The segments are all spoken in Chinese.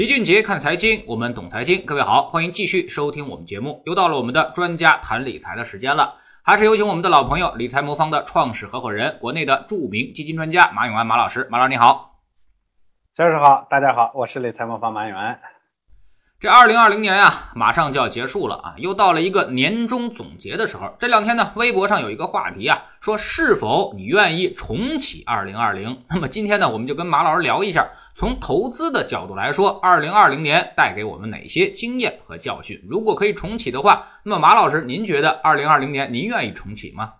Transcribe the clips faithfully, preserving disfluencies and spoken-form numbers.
李俊杰看财经，我们懂财经。各位好，欢迎继续收听我们节目。又到了我们的专家谈理财的时间了，还是有请我们的老朋友理财魔方的创始合伙人，国内的著名基金专家马永安马老师。马老师你好。 教授好，大家好，我是理财魔方马永安。 这二零二零年啊，马上就要结束了啊，又到了一个年终总结的时候。这两天呢，微博上有一个话题啊，说是否你愿意重启二零二零？那么今天呢，我们就跟马老师聊一下，从投资的角度来说，二零二零年带给我们哪些经验和教训？如果可以重启的话，那么马老师，您觉得二零二零年您愿意重启吗？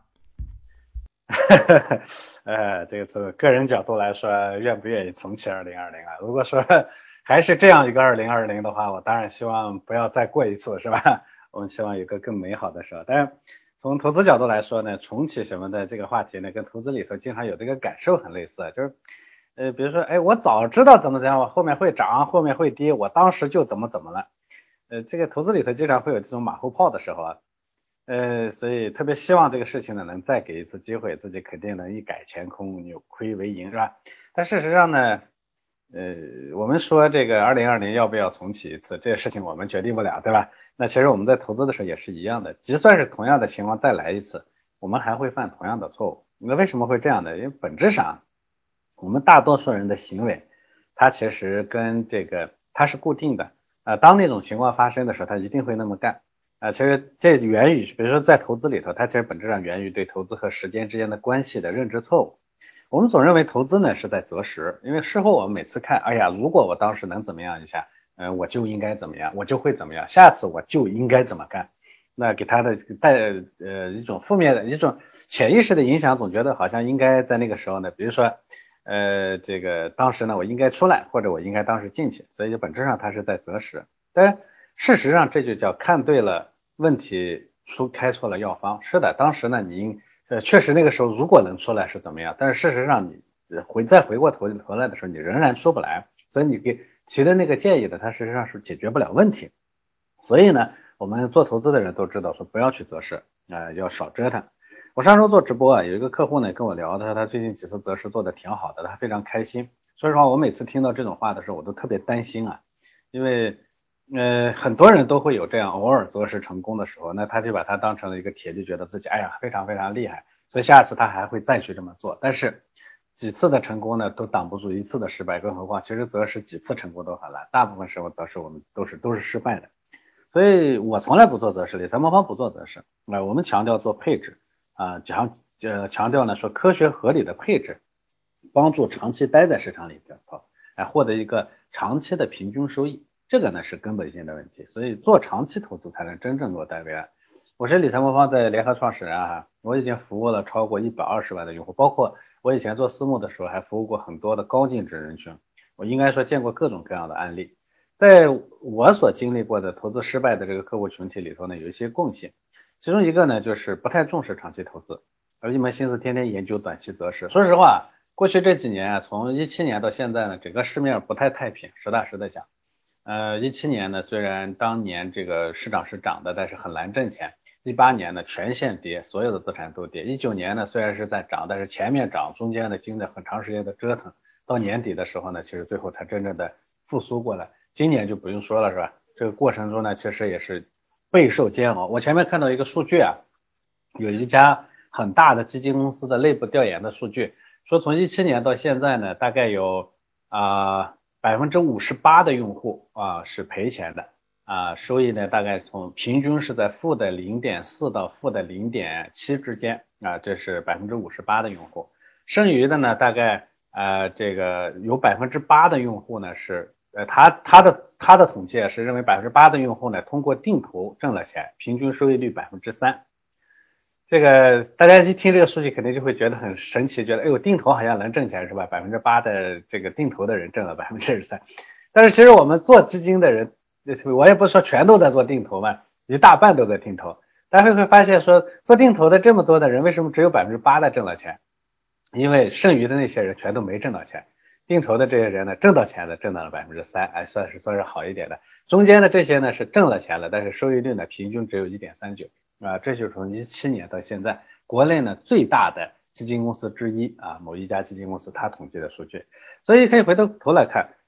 呃，这个从个人角度来说，愿不愿意重启二零二零啊？如果说还是这样一个二零二零的话，我当然希望不要再过一次，是吧？我们希望有个更美好的时候。但是从投资角度来说呢，重启什么的这个话题呢，跟投资里头经常有这个感受很类似，就是呃，比如说，哎，我早知道怎么怎样，我后面会涨，后面会跌，我当时就怎么怎么了。呃，这个投资里头经常会有这种马后炮的时候啊。呃，所以特别希望这个事情呢能再给一次机会，自己肯定能一改乾坤，扭亏为盈，是吧？但事实上呢，呃，我们说这个二零二零要不要重启一次，这个事情我们决定不了，对吧？那其实我们在投资的时候也是一样的，即算是同样的情况再来一次，我们还会犯同样的错误。那为什么会这样呢？因为本质上，我们大多数人的行为，它其实跟这个它是固定的，呃，当那种情况发生的时候，它一定会那么干。啊，其实这源于，比如说在投资里头，它其实本质上源于对投资和时间之间的关系的认知错误。我们总认为投资呢是在择时，因为事后我们每次看，哎呀，如果我当时能怎么样一下，嗯、呃，我就应该怎么样，我就会怎么样，下次我就应该怎么干。那给他的带呃一种负面的一种潜意识的影响，总觉得好像应该在那个时候呢，比如说呃这个当时呢我应该出来，或者我应该当时进去，所以本质上它是在择时。但事实上这就叫看对了问题，出开错了药方。是的，当时呢你应呃确实那个时候如果能出来是怎么样，但是事实上你回再回过头头来的时候，你仍然出不来，所以你给提的那个建议的，它事实上是解决不了问题。所以呢，我们做投资的人都知道说不要去择时啊、呃，要少折腾。我上周做直播啊，有一个客户呢跟我聊，他他最近几次择时做的挺好的，他非常开心。说实话，我每次听到这种话的时候，我都特别担心啊，因为呃，很多人都会有这样偶尔择时成功的时候，那他就把它当成了一个铁，就觉得自己哎呀非常非常厉害，所以下次他还会再去这么做。但是几次的成功呢，都挡不住一次的失败，更何况其实择时几次成功都很难，大部分时候择时我们都是都是失败的。所以我从来不做择时，理财魔方不做择时，那、呃、我们强调做配置啊，强呃强调呢说科学合理的配置，帮助长期待在市场里边头，来获得一个长期的平均收益。这个呢是根本性的问题，所以做长期投资才能真正落袋为安。我是理财魔方的联合创始人啊，我已经服务了超过一百二十万的用户，包括我以前做私募的时候还服务过很多的高净值人群，我应该说见过各种各样的案例。在我所经历过的投资失败的这个客户群体里头呢，有一些共性，其中一个呢就是不太重视长期投资，而一门心思天天研究短期择时。说实话，过去这几年啊，从一七年到现在呢，整个市面不太太平，实打实的讲。呃，一七年呢，虽然当年这个市场是涨的，但是很难挣钱。一八年呢，全线跌，所有的资产都跌。一九年呢，虽然是在涨，但是前面涨，中间呢经历很长时间的折腾，到年底的时候呢，其实最后才真正的复苏过来。今年就不用说了，是吧？这个过程中呢，其实也是备受煎熬。我前面看到一个数据啊，有一家很大的基金公司的内部调研的数据，说从一七年到现在呢，大概有啊。百分之五十八的用户啊是赔钱的啊，收益呢大概从平均是在负的零点四到负的零点七之间啊，这是百分之五十八的用户。剩余的呢，大概呃这个有百分之八的用户呢是呃他他的他的统计是认为百分之八的用户呢通过定投挣了钱，平均收益率百分之三。这个大家一听这个数据肯定就会觉得很神奇，觉得哎呦定投好像能挣钱是吧？百分之八的这个定投的人挣了百分之三，但是其实我们做基金的人，我也不是说全都在做定投嘛，一大半都在定投。大家会发现说做定投的这么多的人，为什么只有百分之八的挣了钱？因为剩余的那些人全都没挣到钱。定投的这些人呢，挣到钱的挣到了百分之三，哎，算是算是好一点的。中间的这些呢是挣了钱了，但是收益率呢平均只有一点三九。啊，这就是从一七年到现在，国内呢最大的基金公司之一啊，某一家基金公司它统计的数据，所以可以回头头来看，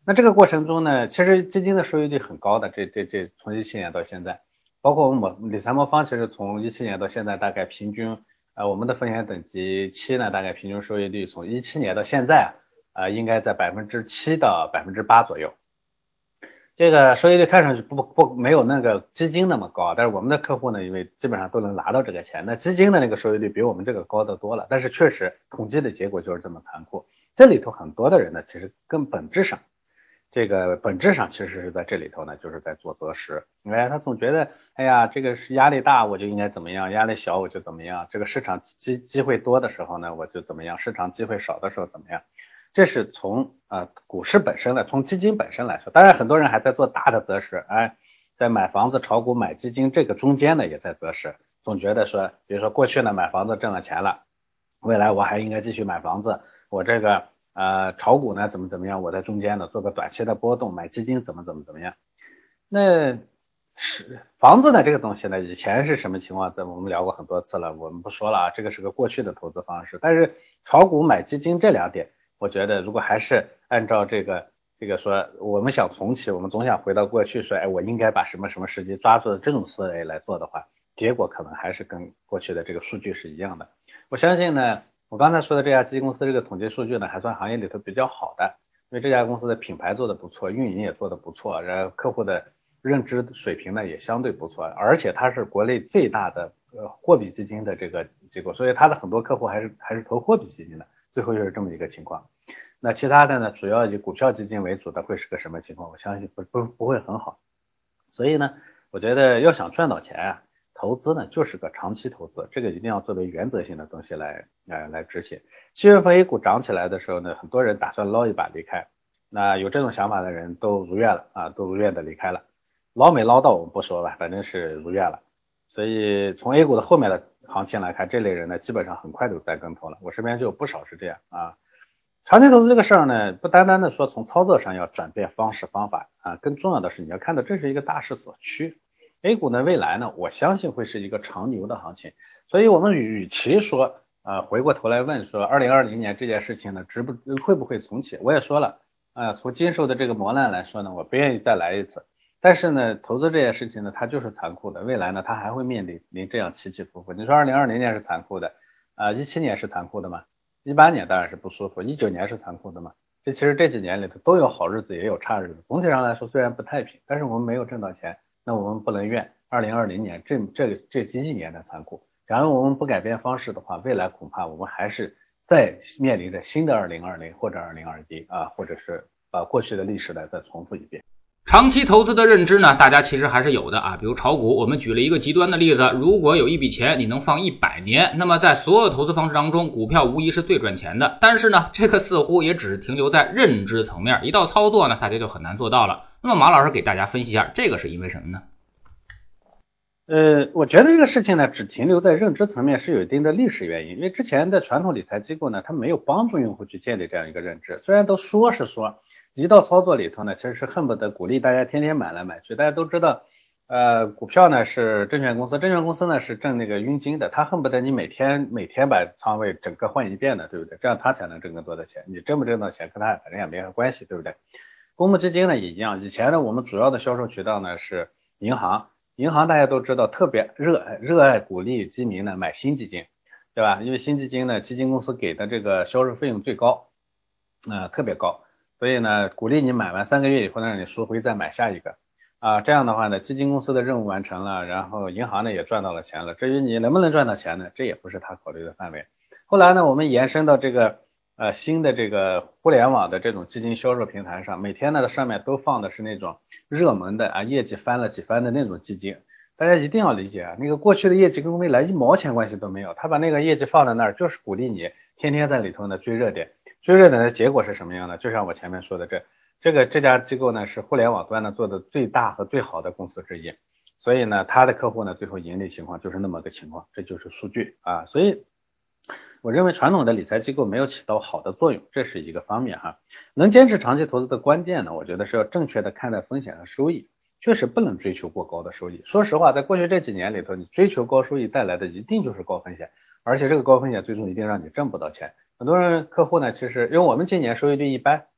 那这个过程中呢，其实基金的收益率很高的，这这这从一七年到现在，包括我们理财魔方，其实从一七年到现在大概平均，呃，我们的风险等级七呢，大概平均收益率从一七年到现在，呃，应该在百分之七到百分之八左右。这个收益率看上去不不没有那个基金那么高，但是我们的客户呢，因为基本上都能拿到这个钱，那基金的那个收益率比我们这个高得多了，但是确实统计的结果就是这么残酷。这里头很多的人呢，其实跟本质上，这个本质上其实是在这里头呢，就是在做择时。因为他总觉得，哎呀，这个是压力大我就应该怎么样，压力小我就怎么样，这个市场机机会多的时候呢，我就怎么样，市场机会少的时候怎么样。这是从呃股市本身的，从基金本身来说，当然很多人还在做大的择时，哎，在买房子、炒股、买基金这个中间呢也在择时，总觉得说，比如说过去呢买房子挣了钱了，未来我还应该继续买房子，我这个呃炒股呢怎么怎么样，我在中间呢做个短期的波动，买基金怎么怎么怎么样。那是房子呢这个东西呢，以前是什么情况？在我们聊过很多次了，我们不说了啊，这个是个过去的投资方式，但是炒股、买基金这两点。我觉得如果还是按照这个这个说，我们想重启，我们总想回到过去说，哎，我应该把什么什么时机抓住的这种思维来做的话，结果可能还是跟过去的这个数据是一样的。我相信呢，我刚才说的这家基金公司这个统计数据呢，还算行业里头比较好的，因为这家公司的品牌做的不错，运营也做的不错，然后客户的认知水平呢也相对不错，而且它是国内最大的呃货币基金的这个机构，所以它的很多客户还是还是投货币基金的，最后就是这么一个情况。那其他的呢，主要以股票基金为主的会是个什么情况？我相信不不不会很好。所以呢，我觉得要想赚到钱啊，投资呢就是个长期投资，这个一定要作为原则性的东西来来来执行。七月份 A 股涨起来的时候呢，很多人打算捞一把离开，那有这种想法的人都如愿了啊，都如愿的离开了。捞没捞到我们不说吧，反正是如愿了。所以从 A 股的后面的行情来看，这类人呢基本上很快就栽跟头了，我身边就有不少是这样啊。长期投资这个事儿呢，不单单的说从操作上要转变方式方法啊，更重要的是你要看到这是一个大势所趋。A 股呢未来呢，我相信会是一个长牛的行情，所以我们与其说呃回过头来问说二零二零年这件事情呢，值不会不会重启，我也说了，呃从经受的这个磨难来说呢，我不愿意再来一次。但是呢，投资这件事情呢，它就是残酷的，未来呢，它还会面临临这样起起伏伏。你说二零二零年是残酷的，啊一七年是残酷的吗？一八年当然是不舒服，一九年是残酷的嘛。这其实这几年里头都有好日子，也有差日子。总体上来说，虽然不太平，但是我们没有挣到钱，那我们不能怨二零二零年这这这几几年的残酷。假如我们不改变方式的话，未来恐怕我们还是再面临着新的二零二零或者二零二一啊，或者是把过去的历史来再重复一遍。 长期投资的认知呢，大家其实还是有的啊。比如炒股，我们举了一个极端的例子，如果有一笔钱你能放一百年，那么在所有投资方式当中，股票无疑是最赚钱的。但是呢，这个似乎也只停留在认知层面，一到操作呢，大家就很难做到了。那么马老师给大家分析一下，这个是因为什么呢？ 呃，我觉得这个事情呢，只停留在认知层面是有一定的历史原因，因为之前的传统理财机构呢，它没有帮助用户去建立这样一个认知，虽然都说是说，一到操作里头呢，其实是恨不得鼓励大家天天买来买去。大家都知道，呃，股票呢是证券公司，证券公司呢是挣那个佣金的，他恨不得你每天每天把仓位整个换一遍的，对不对？这样他才能挣更多的钱。你挣不挣到钱，跟他反正也没啥关系，对不对？公募基金呢也一样，以前呢我们主要的销售渠道呢是银行，银行大家都知道特别热热爱鼓励基民呢买新基金，对吧？因为新基金呢，基金公司给的这个销售费用最高，呃，特别高。所以呢，鼓励你买完三个月以后呢，让你赎回再买下一个啊，这样的话呢，基金公司的任务完成了，然后银行呢也赚到了钱了。至于你能不能赚到钱呢，这也不是他考虑的范围。后来呢，我们延伸到这个呃新的这个互联网的这种基金销售平台上，每天呢上面都放的是那种热门的啊，业绩翻了几番的那种基金。大家一定要理解啊，那个过去的业绩跟未来一毛钱关系都没有，他把那个业绩放在那儿，就是鼓励你天天在里头呢追热点。追热点的结果是什么样的？就像我前面说的，这这个这家机构呢是互联网端呢做的最大和最好的公司之一，所以呢他的客户呢最后盈利情况就是那么个情况，这就是数据啊。所以我认为传统的理财机构没有起到好的作用，这是一个方面哈。能坚持长期投资的关键呢，我觉得是要正确的看待风险和收益，确实不能追求过高的收益。说实话，在过去这几年里头，你追求高收益带来的一定就是高风险，而且这个高风险最终一定让你挣不到钱。很多人客户呢，其实因为我们今年收益率一般，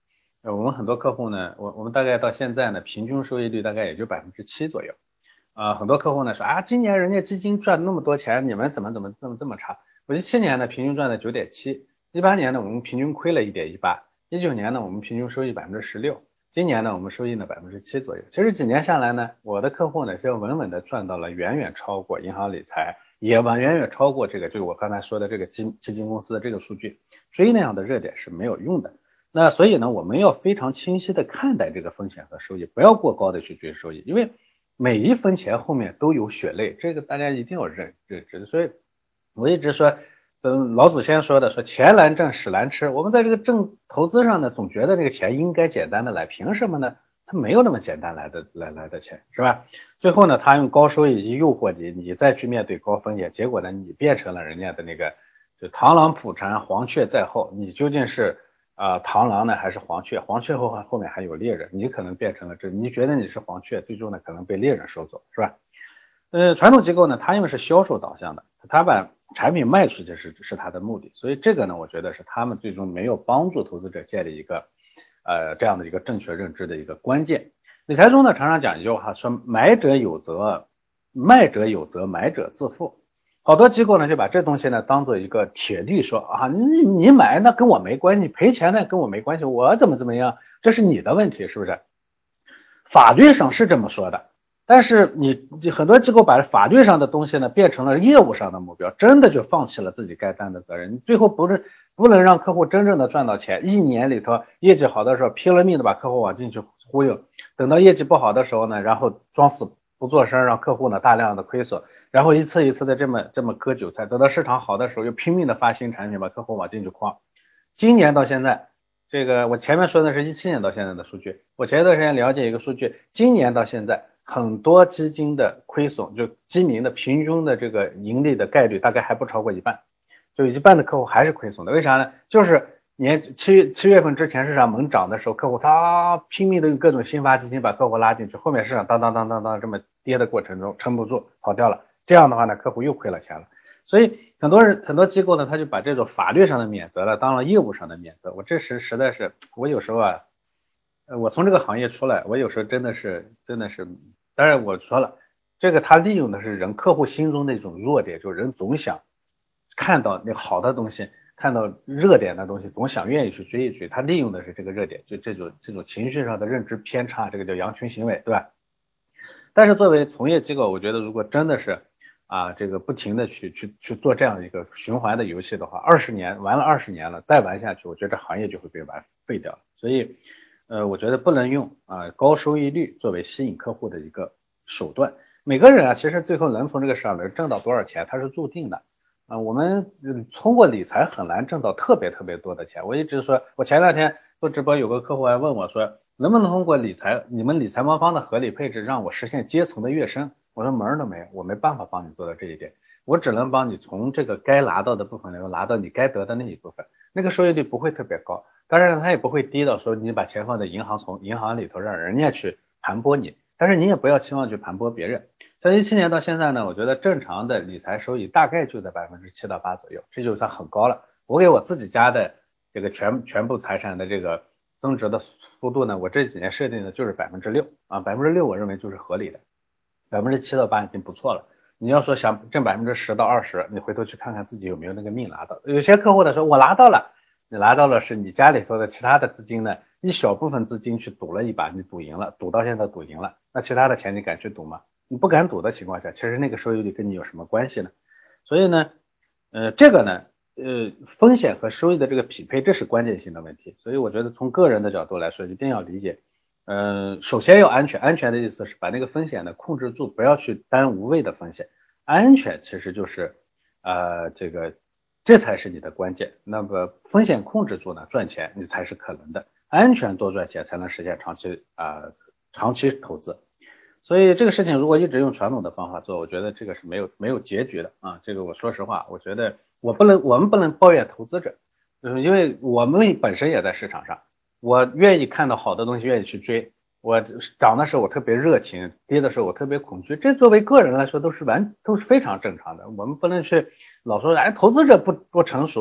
呃，我们很多客户呢，我我们大概到现在呢，平均收益率大概也就百分之七左右。啊、呃，很多客户呢说啊，今年人家基金赚那么多钱，你们怎么怎么这么这么差？我一七年呢平均赚了九点七，一八年呢我们平均亏了一点一八，一九年呢我们平均收益百分之十六，今年呢我们收益呢百分之七左右。其实几年下来呢，我的客户呢是稳稳的赚到了远远超过银行理财，也完远远超过这个就是我刚才说的这个基基金公司的这个数据，追那样的热点是没有用的。那所以呢，我们要非常清晰的看待这个风险和收益，不要过高的去追收益，因为每一分钱后面都有血泪，这个大家一定要认认知。所以我一直说，嗯，老祖先说的说钱难挣，屎难吃。我们在这个挣投资上呢，总觉得这个钱应该简单的来，凭什么呢？它没有那么简单来的来来的钱，是吧？最后呢，他用高收益诱惑你，你再去面对高风险，结果呢，你变成了人家的那个就螳螂捕蝉，黄雀在后，你究竟是？啊、呃，螳螂呢还是黄雀？黄雀后后面还有猎人，你可能变成了这，你觉得你是黄雀，最终呢可能被猎人收走，是吧？呃，传统机构呢，它因为是销售导向的，它把产品卖出去是是它的目的，所以这个呢，我觉得是他们最终没有帮助投资者建立一个呃这样的一个正确认知的一个关键。理财中呢，常常讲一句话，说买者有责，卖者有责，买者自负。好多机构呢就把这东西呢当做一个铁律，说啊你你买那跟我没关系，赔钱那跟我没关系，我怎么怎么样，这是你的问题，是不是？法律上是这么说的，但是你很多机构把法律上的东西呢变成了业务上的目标，真的就放弃了自己该担的责任，你最后不是不能让客户真正的赚到钱，一年里头业绩好的时候拼了命的把客户往进去忽悠，等到业绩不好的时候呢，然后装死不做声，让客户呢大量的亏损。然后一次一次的这么这么割韭菜，等到市场好的时候又拼命的发新产品，把客户往进去诓。今年到现在，这个我前面说的是一七年到现在的数据，我前一段时间了解一个数据，今年到现在很多基金的亏损，就基民的平均的这个盈利的概率大概还不超过一半，就一半的客户还是亏损的。为啥呢？就是年七七月份之前市场猛涨的时候，客户他拼命的用各种新发基金把客户拉进去，后面市场当当当当当这么跌的过程中撑不住跑掉了。这样的话呢，客户又亏了钱了，所以很多人很多机构呢，他就把这种法律上的免责了当了业务上的免责。我这时实在是，我有时候啊，呃，我从这个行业出来，我有时候真的是真的是，当然我说了，这个他利用的是人客户心中的一种弱点，就是人总想看到那好的东西，看到热点的东西，总想愿意去追一追，他利用的是这个热点，就这种这种情绪上的认知偏差，这个叫羊群行为，对吧？但是作为从业机构，我觉得如果真的是啊，这个不停的去去去做这样一个循环的游戏的话，二十年玩了二十年了，再玩下去，我觉得行业就会被玩废掉了。所以，呃，我觉得不能用啊高收益率作为吸引客户的一个手段。每个人啊，其实最后能从这个市场能挣到多少钱，它是注定的。啊，我们通过理财很难挣到特别特别多的钱。我一直说，我前两天做直播，有个客户还问我说，能不能通过理财，你们理财魔方的合理配置，让我实现阶层的跃升？我说门儿都没有，我没办法帮你做到这一点，我只能帮你从这个该拿到的部分里头拿到你该得的那一部分，那个收益率不会特别高，当然它也不会低到说你把钱放在银行，从银行里头让人家去盘剥你，但是你也不要期望去盘剥别人。从一七年到现在呢，我觉得正常的理财收益大概就在百分之七到八左右，这就算很高了。我给我自己家的这个全全部财产的这个增值的幅度呢，我这几年设定的就是百分之六啊，百分之六我认为就是合理的。百分之七到八已经不错了。你要说想挣百分之十到二十，你回头去看看自己有没有那个命拿到。有些客户呢说我拿到了，你拿到了是你家里头的其他的资金呢，一小部分资金去赌了一把，你赌赢了，赌到现在赌赢了，那其他的钱你敢去赌吗？你不敢赌的情况下，其实那个收益率跟你有什么关系呢？所以呢，呃，这个呢，呃，风险和收益的这个匹配，这是关键性的问题。所以我觉得从个人的角度来说，一定要理解。呃，首先要安全，安全的意思是把那个风险呢控制住，不要去担无谓的风险。安全其实就是呃这个这才是你的关键。那么风险控制住呢，赚钱你才是可能的。安全多赚钱才能实现长期啊、呃、长期投资。所以这个事情如果一直用传统的方法做，我觉得这个是没有没有结局的啊。这个我说实话，我觉得我不能我们不能抱怨投资者，就是因为我们本身也在市场上。我愿意看到好的东西，愿意去追。我涨的时候我特别热情，跌的时候我特别恐惧。这作为个人来说都是完都是非常正常的。我们不能去老说哎投资者不不成熟，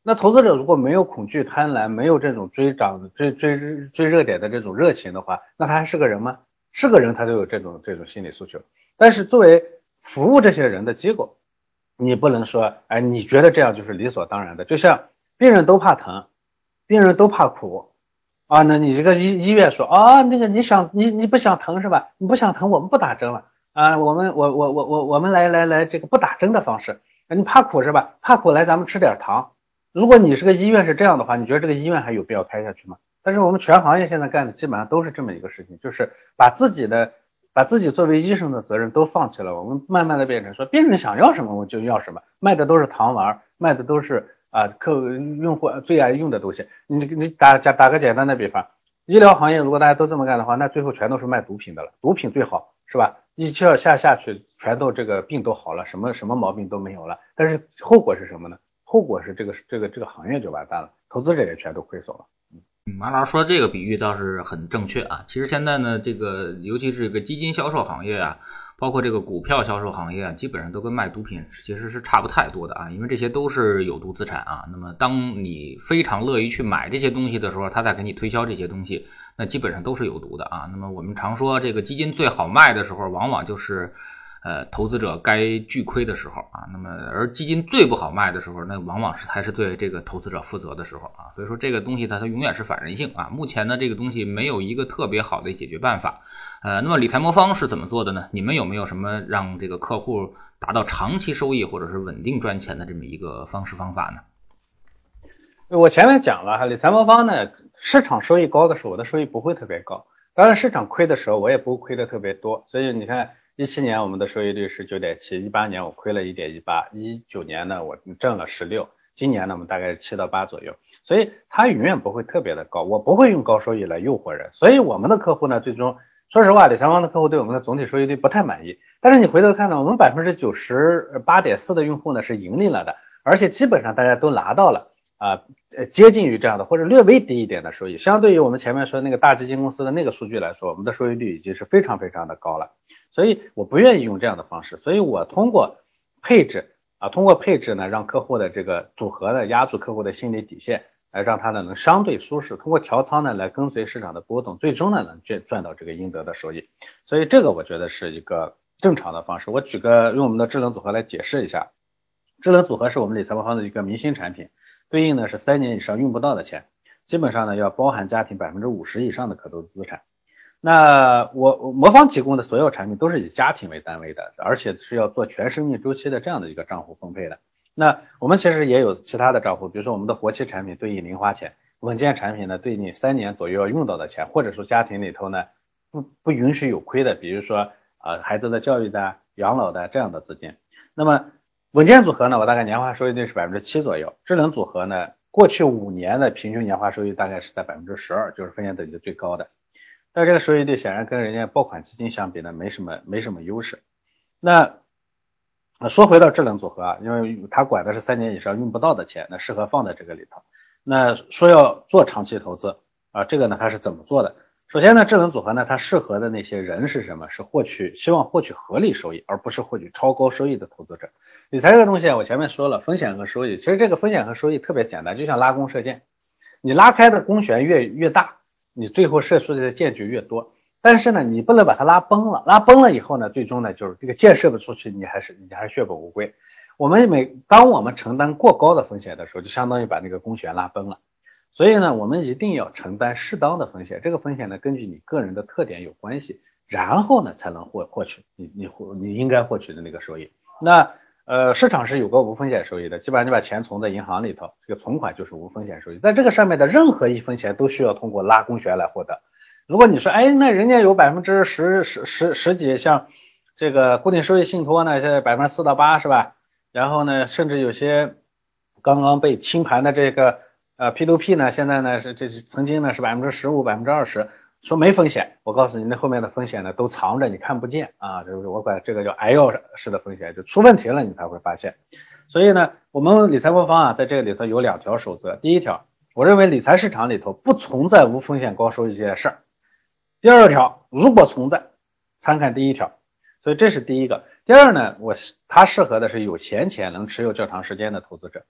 那投资者如果没有恐惧贪婪，没有这种追涨追追追热点的这种热情的话，那他还是个人吗？是个人他都有这种这种心理诉求。但是作为服务这些人的机构，你不能说哎你觉得这样就是理所当然的，就像病人都怕疼，病人都怕苦啊，那你这个医医院说啊那个你想你你不想疼是吧？你不想疼我们不打针了啊，我们我我我我我们来来来这个不打针的方式，你怕苦是吧？怕苦来咱们吃点糖。如果你是个医院是这样的话，你觉得这个医院还有必要开下去吗？但是我们全行业现在干的基本上都是这么一个事情，就是把自己的把自己作为医生的责任都放弃了，我们慢慢的变成说病人想要什么我就要什么，卖的都是糖丸，卖的都是啊客用户最爱用的东西。你你打打打个简单的比方，医疗行业如果大家都这么干的话，那最后全都是卖毒品的了，毒品最好是吧？一气下下去全都这个病都好了，什么什么毛病都没有了，但是后果是什么呢？后果是这个这个这个行业就完蛋了，投资者也全都亏损了。 嗯，马老师说这个比喻倒是很正确啊。其实现在呢，这个尤其是这个基金销售行业啊，包括这个股票销售行业啊，基本上都跟卖毒品其实是差不太多的啊，因为这些都是有毒资产啊。那么当你非常乐于去买这些东西的时候，他在给你推销这些东西，那基本上都是有毒的啊。那么我们常说这个基金最好卖的时候，往往就是呃，投资者该巨亏的时候啊，那么而基金最不好卖的时候，那往往是还是对这个投资者负责的时候啊，所以说这个东西它它永远是反人性啊。目前呢，这个东西没有一个特别好的解决办法。呃，那么理财魔方是怎么做的呢？你们有没有什么让这个客户达到长期收益或者是稳定赚钱的这么一个方式方法呢？ 我前面讲了哈，理财魔方呢，市场收益高的时候，我的收益不会特别高，当然市场亏的时候，我也不会亏的特别多，所以你看。一七年我们的收益率是 九点七， 一八年我亏了 一点一八， 一九年呢我挣了十六，今年呢我们大概是七到八左右，所以它永远不会特别的高，我不会用高收益来诱惑人，所以我们的客户呢最终说实话，理财方的客户对我们的总体收益率不太满意，但是你回头看呢，我们 百分之九十八点四 的用户呢是盈利了的，而且基本上大家都拿到了啊、呃、接近于这样的或者略微低一点的收益，相对于我们前面说那个大基金公司的那个数据来说，我们的收益率已经是非常非常的高了。所以我不愿意用这样的方式，所以我通过配置啊，通过配置呢，让客户的这个组合呢压住客户的心理底线，来让他呢能相对舒适，通过调仓呢来跟随市场的波动，最终呢能赚赚到这个应得的收益。所以这个我觉得是一个正常的方式。我举个用我们的智能组合来解释一下，智能组合是我们理财魔方的一个明星产品，对应呢是三年以上用不到的钱，基本上呢要包含家庭 百分之五十 以上的可投资资产。那我魔方提供的所有产品都是以家庭为单位的，而且是要做全生命周期的这样的一个账户分配的。那我们其实也有其他的账户，比如说我们的活期产品对应零花钱，稳健产品呢对应三年左右要用到的钱，或者说家庭里头呢不不允许有亏的，比如说呃孩子的教育的、养老的这样的资金。那么稳健组合呢，我大概年化收益率是 百分之七 左右，智能组合呢过去五年的平均年化收益大概是在 百分之十二， 就是风险等级最高的。但这个收益率显然跟人家爆款基金相比呢，没什么没什么优势。那说回到智能组合啊，因为它管的是三年以上用不到的钱，那适合放在这个里头。那说要做长期投资啊，这个呢它是怎么做的？首先呢，智能组合呢它适合的那些人是什么？是获取希望获取合理收益，而不是获取超高收益的投资者。理财这个东西我前面说了，风险和收益，其实这个风险和收益特别简单，就像拉弓射箭，你拉开的弓弦越越大，你最后射出的箭就越多，但是呢，你不能把它拉崩了，拉崩了以后呢，最终呢，就是这个箭射不出去，你还是你还是血本无归。我们每当我们承担过高的风险的时候，就相当于把那个弓弦拉崩了。所以呢，我们一定要承担适当的风险，这个风险呢，根据你个人的特点有关系，然后呢，才能获获取你你你应该获取的那个收益。那呃，市场是有个无风险收益的，基本上你把钱存在银行里头，这个存款就是无风险收益。在这个上面的任何一分钱都需要通过拉弓弦来获得。如果你说，哎，那人家有百分之十十十十几，像这个固定收益信托呢，现在百分之四到八是吧？然后呢，甚至有些刚刚被清盘的这个呃 P to P 呢，现在呢是这是曾经呢是百分之十五、百分之二十。说没风险，我告诉你，那后面的风险呢都藏着，你看不见啊，就是我管这个叫挨药式的风险，就出问题了你才会发现。所以呢，我们理财魔方啊，在这个里头有两条守则。第一条，我认为理财市场里头不存在无风险高收益这件事儿。第二条，如果存在，参看第一条。所以这是第一个。第二呢，我它适合的是有闲钱能持有较长时间的投资者。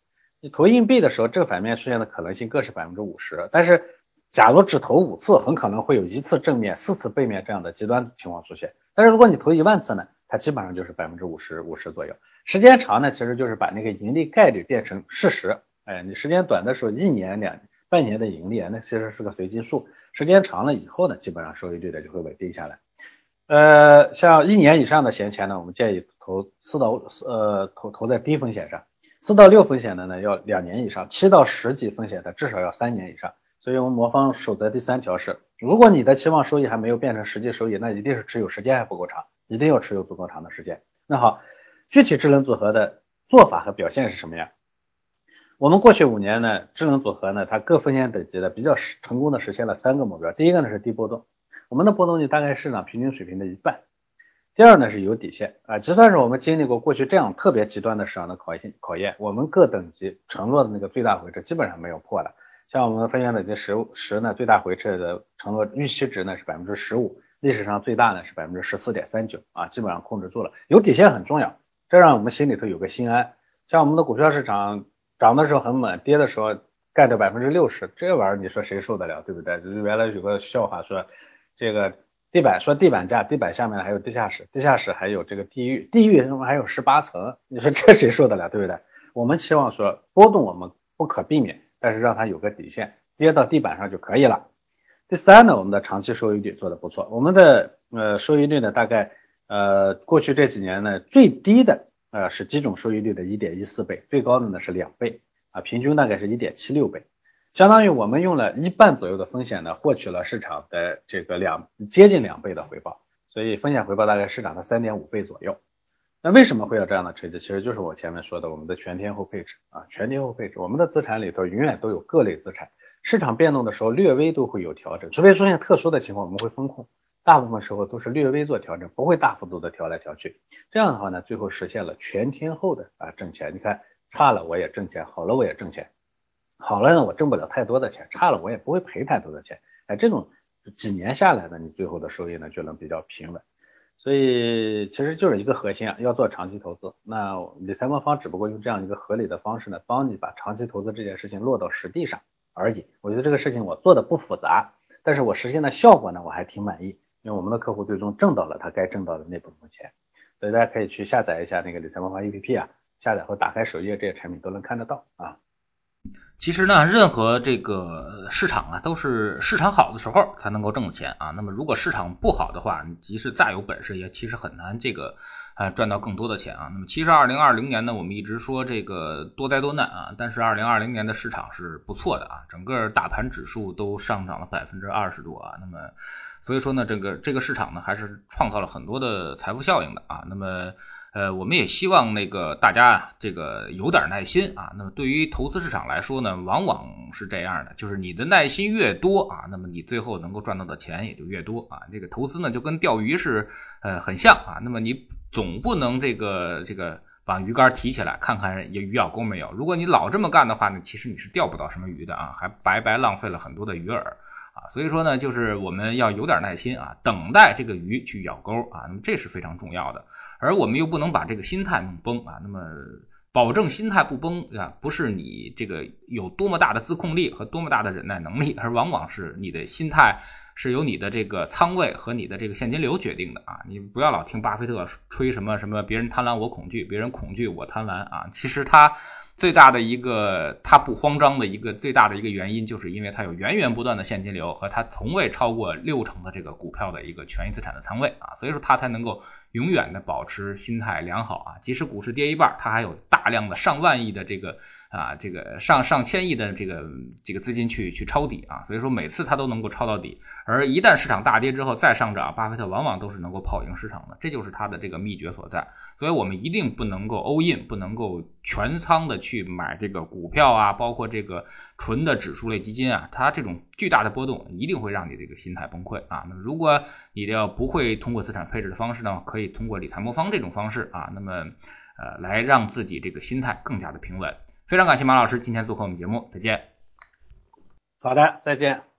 你投硬币的时候，正反面出现的可能性各是百分之五十，但是假如只投五次，很可能会有一次正面、四次背面这样的极端情况出现。但是如果你投一万次呢，它基本上就是百分之五十、五十左右。时间长呢，其实就是把那个盈利概率变成事实。哎，你时间短的时候，一年、两半年的盈利啊，那其实是个随机数。时间长了以后呢，基本上收益率呢就会稳定下来。呃，像一年以上的闲钱呢，我们建议投四到呃投投在低风险上，四到六风险的呢要两年以上，七到十级风险的至少要三年以上。所以我们魔方守则第三条是，如果你的期望收益还没有变成实际收益，那一定是持有时间还不够长，一定要持有足够长的时间。那好，具体智能组合的做法和表现是什么样？我们过去五年呢，智能组合呢，它各风险等级的比较成功的实现了三个目标。第一个呢是低波动，我们的波动率大概市场平均水平的一半。第二呢是有底线啊，就算是我们经历过过去这样特别极端的市场的考验，考验我们各等级承诺的那个最大回撤基本上没有破的。像我们的风险等级十十呢，最大回撤的承诺预期值呢是百分之十五，历史上最大呢是百分之十四点三九啊，基本上控制住了。有底线很重要，这让我们心里头有个心安。像我们的股票市场涨的时候很猛，跌的时候干掉百分之六十，这玩意儿你说谁受得了，对不对？就是原来有个笑话说，这个地板说地板价，地板下面还有地下室，地下室还有这个地狱，地狱上面还有十八层，你说这谁受得了，对不对？我们期望说波动我们不可避免，但是让它有个底线，跌到地板上就可以了。第三呢，我们的长期收益率做得不错，我们的呃收益率呢大概呃过去这几年呢最低的呃是基准收益率的 一点一四倍，最高的呢是两倍啊，平均大概是 一点七六倍，相当于我们用了一半左右的风险呢获取了市场的这个两接近两倍的回报，所以风险回报大概市场的 三点五倍左右。那为什么会有这样的成绩？其实就是我前面说的我们的全天候配置啊，全天候配置，我们的资产里头永远都有各类资产，市场变动的时候略微都会有调整，除非出现特殊的情况我们会风控，大部分时候都是略微做调整，不会大幅度的调来调去。这样的话呢，最后实现了全天候的啊挣钱。你看差了我也挣钱，好了我也挣钱，好了呢我挣不了太多的钱，差了我也不会赔太多的钱。哎，这种几年下来呢，你最后的收益呢就能比较平稳。所以其实就是一个核心啊，要做长期投资。那理财魔方只不过用这样一个合理的方式呢，帮你把长期投资这件事情落到实地上而已。我觉得这个事情我做的不复杂，但是我实现的效果呢，我还挺满意，因为我们的客户最终挣到了他该挣到的那部分钱。所以大家可以去下载一下那个理财魔方 A P P 啊，下载后打开首页，这些产品都能看得到啊。 其实呢，任何这个市场啊，都是市场好的时候才能够挣钱啊。那么如果市场不好的话，你即使再有本事，也其实很难这个呃赚到更多的钱啊。那么其实二零二零年呢，我们一直说这个多灾多难啊，但是二零二零年的市场是不错的啊，整个大盘指数都上涨了百分之二十多啊。那么所以说呢，这个这个市场呢，还是创造了很多的财富效应的啊。那么呃，我们也希望那个大家啊，这个有点耐心啊。那么对于投资市场来说呢，往往是这样的，就是你的耐心越多啊，那么你最后能够赚到的钱也就越多啊。这个投资呢，就跟钓鱼是呃很像啊。那么你总不能这个这个把鱼竿提起来看看鱼咬钩没有。如果你老这么干的话呢，其实你是钓不到什么鱼的啊，还白白浪费了很多的鱼饵啊。所以说呢，就是我们要有点耐心啊，等待这个鱼去咬钩啊。那么这是非常重要的。而我们又不能把这个心态弄崩啊，那么保证心态不崩啊，不是你这个有多么大的自控力和多么大的忍耐能力，而往往是你的心态是由你的这个仓位和你的这个现金流决定的啊。你不要老听巴菲特吹什么什么别人贪婪我恐惧，别人恐惧我贪婪啊，其实他最大的一个他不慌张的一个最大的一个原因，就是因为他有源源不断的现金流和他从未超过六成的这个股票的一个权益资产的仓位啊，所以说他才能够永远的保持心态良好啊，即使股市跌一半，他还有大量的上万亿的这个啊这个上上千亿的这个这个资金去去抄底啊，所以说每次他都能够抄到底，而一旦市场大跌之后再上涨，巴菲特往往都是能够跑赢市场的，这就是他的这个秘诀所在。所以我们一定不能够 all in， 不能够全仓的去买这个股票啊，包括这个纯的指数类基金啊，它这种巨大的波动一定会让你这个心态崩溃啊。那么如果你要不会通过资产配置的方式呢，可以通过理财魔方这种方式啊，那么呃来让自己这个心态更加的平稳。非常感谢马老师今天做客我们节目，再见。 好的，再见。